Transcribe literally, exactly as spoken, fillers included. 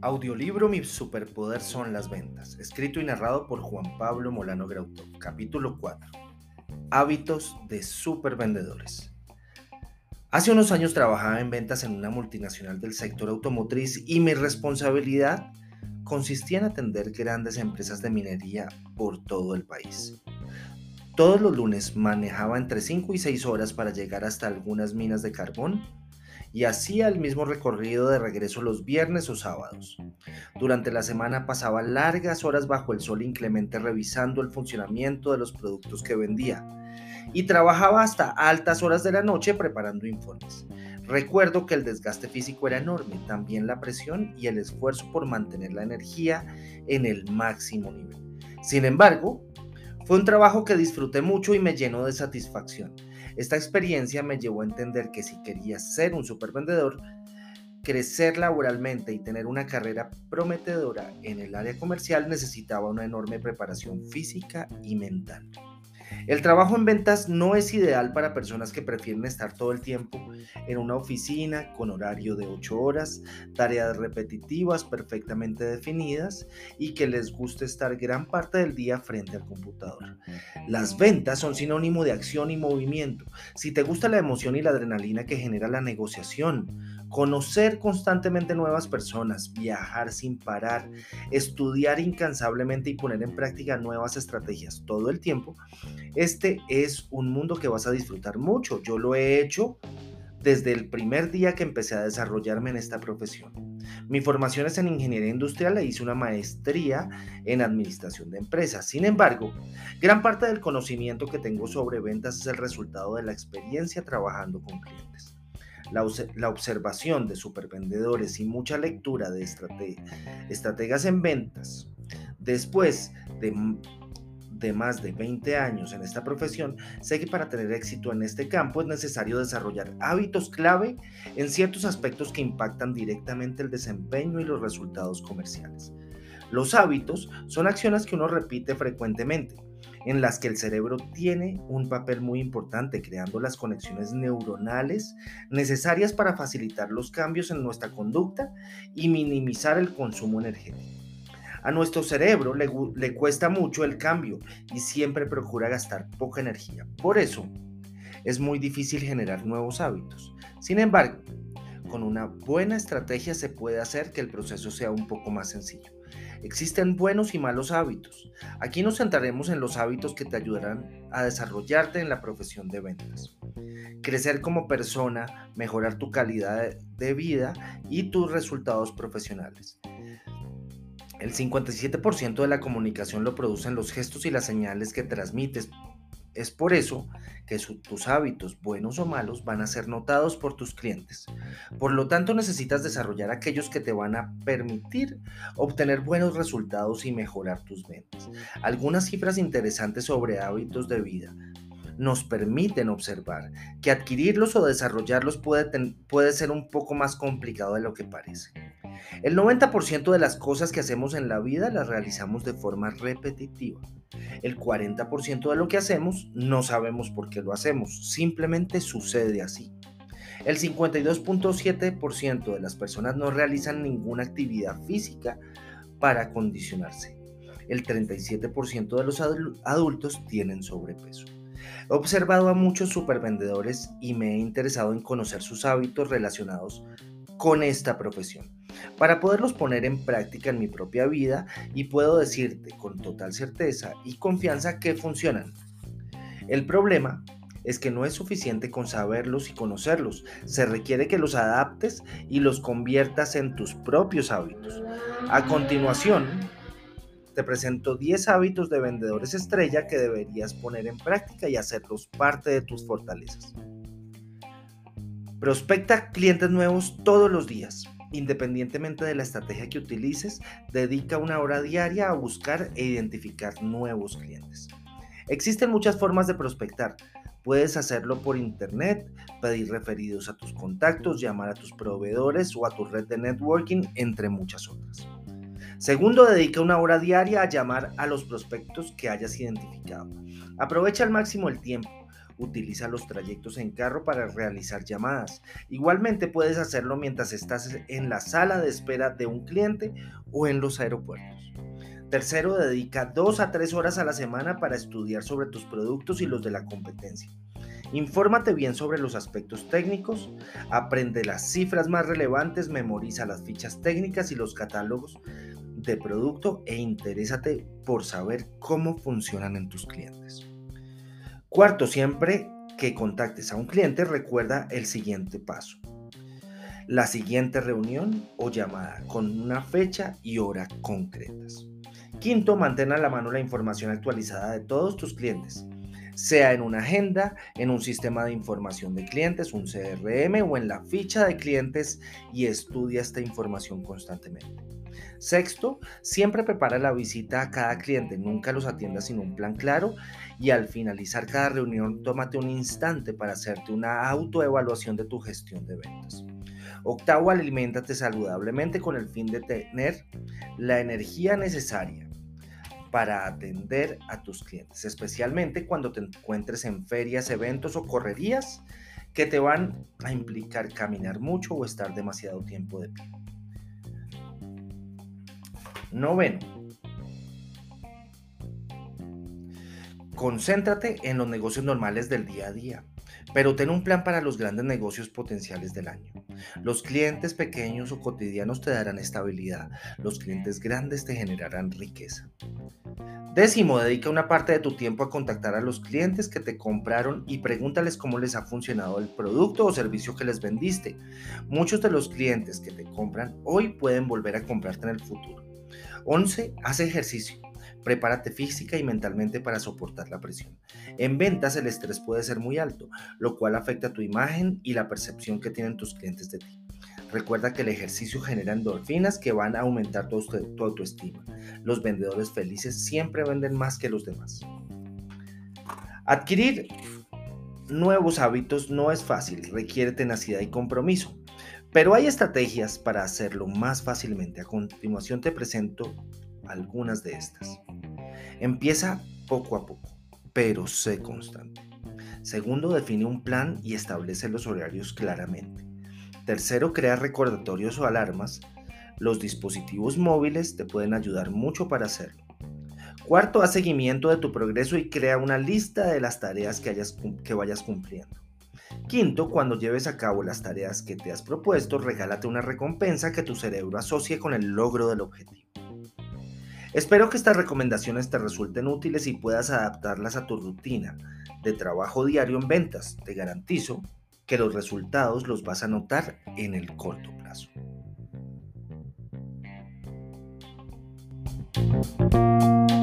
Audiolibro Mi superpoder son las ventas, escrito y narrado por Juan Pablo Molano Grautó. Capítulo cuatro. Hábitos de supervendedores. Hace unos años trabajaba en ventas en una multinacional del sector automotriz y mi responsabilidad consistía en atender grandes empresas de minería por todo el país. Todos los lunes manejaba entre cinco y seis horas para llegar hasta algunas minas de carbón y hacía el mismo recorrido de regreso los viernes o sábados. Durante la semana pasaba largas horas bajo el sol inclemente revisando el funcionamiento de los productos que vendía y trabajaba hasta altas horas de la noche preparando informes. Recuerdo que el desgaste físico era enorme, también la presión y el esfuerzo por mantener la energía en el máximo nivel. Sin embargo, fue un trabajo que disfruté mucho y me llenó de satisfacción. Esta experiencia me llevó a entender que si quería ser un supervendedor, crecer laboralmente y tener una carrera prometedora en el área comercial necesitaba una enorme preparación física y mental. El trabajo en ventas no es ideal para personas que prefieren estar todo el tiempo en una oficina con horario de ocho horas, tareas repetitivas perfectamente definidas y que les guste estar gran parte del día frente al computador. Las ventas son sinónimo de acción y movimiento. Si te gusta la emoción y la adrenalina que genera la negociación, conocer constantemente nuevas personas, viajar sin parar, estudiar incansablemente y poner en práctica nuevas estrategias todo el tiempo, este es un mundo que vas a disfrutar mucho. Yo lo he hecho desde el primer día que empecé a desarrollarme en esta profesión. Mi formación es en ingeniería industrial e hice una maestría en administración de empresas. Sin embargo, gran parte del conocimiento que tengo sobre ventas es el resultado de la experiencia trabajando con clientes. La, la observación de supervendedores y mucha lectura de estrate estrategas en ventas. Después de de más de veinte años en esta profesión, sé que para tener éxito en este campo es necesario desarrollar hábitos clave en ciertos aspectos que impactan directamente el desempeño y los resultados comerciales. Los hábitos son acciones que uno repite frecuentemente, en las que el cerebro tiene un papel muy importante creando las conexiones neuronales necesarias para facilitar los cambios en nuestra conducta y minimizar el consumo energético. A nuestro cerebro le, le cuesta mucho el cambio y siempre procura gastar poca energía. Por eso, es muy difícil generar nuevos hábitos. Sin embargo, con una buena estrategia se puede hacer que el proceso sea un poco más sencillo. Existen buenos y malos hábitos. Aquí nos centraremos en los hábitos que te ayudarán a desarrollarte en la profesión de ventas. Crecer como persona, mejorar tu calidad de vida y tus resultados profesionales. El cincuenta y siete por ciento de la comunicación lo producen los gestos y las señales que transmites. Es por eso que su, tus hábitos, buenos o malos, van a ser notados por tus clientes. Por lo tanto, necesitas desarrollar aquellos que te van a permitir obtener buenos resultados y mejorar tus ventas. Algunas cifras interesantes sobre hábitos de vida nos permiten observar que adquirirlos o desarrollarlos puede, ten, puede ser un poco más complicado de lo que parece. El noventa por ciento de las cosas que hacemos en la vida las realizamos de forma repetitiva. El cuarenta por ciento de lo que hacemos no sabemos por qué lo hacemos, simplemente sucede así. El cincuenta y dos punto siete por ciento de las personas no realizan ninguna actividad física para acondicionarse. El treinta y siete por ciento de los adultos tienen sobrepeso. He observado a muchos supervendedores y me he interesado en conocer sus hábitos relacionados con esta profesión, para poderlos poner en práctica en mi propia vida y puedo decirte con total certeza y confianza que funcionan. El problema es que no es suficiente con saberlos y conocerlos, se requiere que los adaptes y los conviertas en tus propios hábitos. A continuación, te presento diez hábitos de vendedores estrella que deberías poner en práctica y hacerlos parte de tus fortalezas. Prospecta clientes nuevos todos los días. Independientemente de la estrategia que utilices, dedica una hora diaria a buscar e identificar nuevos clientes. Existen muchas formas de prospectar. Puedes hacerlo por internet, pedir referidos a tus contactos, llamar a tus proveedores o a tu red de networking, entre muchas otras. Segundo, dedica una hora diaria a llamar a los prospectos que hayas identificado. Aprovecha al máximo el tiempo. Utiliza los trayectos en carro para realizar llamadas. Igualmente puedes hacerlo mientras estás en la sala de espera de un cliente o en los aeropuertos. Tercero, dedica dos a tres horas a la semana para estudiar sobre tus productos y los de la competencia. Infórmate bien sobre los aspectos técnicos, aprende las cifras más relevantes, memoriza las fichas técnicas y los catálogos de producto e interésate por saber cómo funcionan en tus clientes. Cuarto, siempre que contactes a un cliente, recuerda el siguiente paso: la siguiente reunión o llamada con una fecha y hora concretas. Quinto, mantén a la mano la información actualizada de todos tus clientes, sea en una agenda, en un sistema de información de clientes, un C R M o en la ficha de clientes, y estudia esta información constantemente. Sexto, siempre prepara la visita a cada cliente, nunca los atiendas sin un plan claro, y al finalizar cada reunión tómate un instante para hacerte una autoevaluación de tu gestión de ventas. Octavo, aliméntate saludablemente con el fin de tener la energía necesaria para atender a tus clientes, especialmente cuando te encuentres en ferias, eventos o correrías que te van a implicar caminar mucho o estar demasiado tiempo de pie. Noveno, concéntrate en los negocios normales del día a día, pero ten un plan para los grandes negocios potenciales del año. Los clientes pequeños o cotidianos te darán estabilidad, los clientes grandes te generarán riqueza. Décimo, dedica una parte de tu tiempo a contactar a los clientes que te compraron y pregúntales cómo les ha funcionado el producto o servicio que les vendiste. Muchos de los clientes que te compran hoy pueden volver a comprarte en el futuro. once. Haz ejercicio. Prepárate física y mentalmente para soportar la presión. En ventas el estrés puede ser muy alto, lo cual afecta tu imagen y la percepción que tienen tus clientes de ti. Recuerda que el ejercicio genera endorfinas que van a aumentar tu, tu autoestima. Los vendedores felices siempre venden más que los demás. Adquirir nuevos hábitos no es fácil, requiere tenacidad y compromiso, pero hay estrategias para hacerlo más fácilmente. A continuación te presento algunas de estas. Empieza poco a poco, pero sé constante. Segundo, define un plan y establece los horarios claramente. Tercero, crea recordatorios o alarmas. Los dispositivos móviles te pueden ayudar mucho para hacerlo. Cuarto, haz seguimiento de tu progreso y crea una lista de las tareas que, hayas, que vayas cumpliendo. Quinto, cuando lleves a cabo las tareas que te has propuesto, regálate una recompensa que tu cerebro asocie con el logro del objetivo. Espero que estas recomendaciones te resulten útiles y puedas adaptarlas a tu rutina de trabajo diario en ventas. Te garantizo que los resultados los vas a notar en el corto plazo.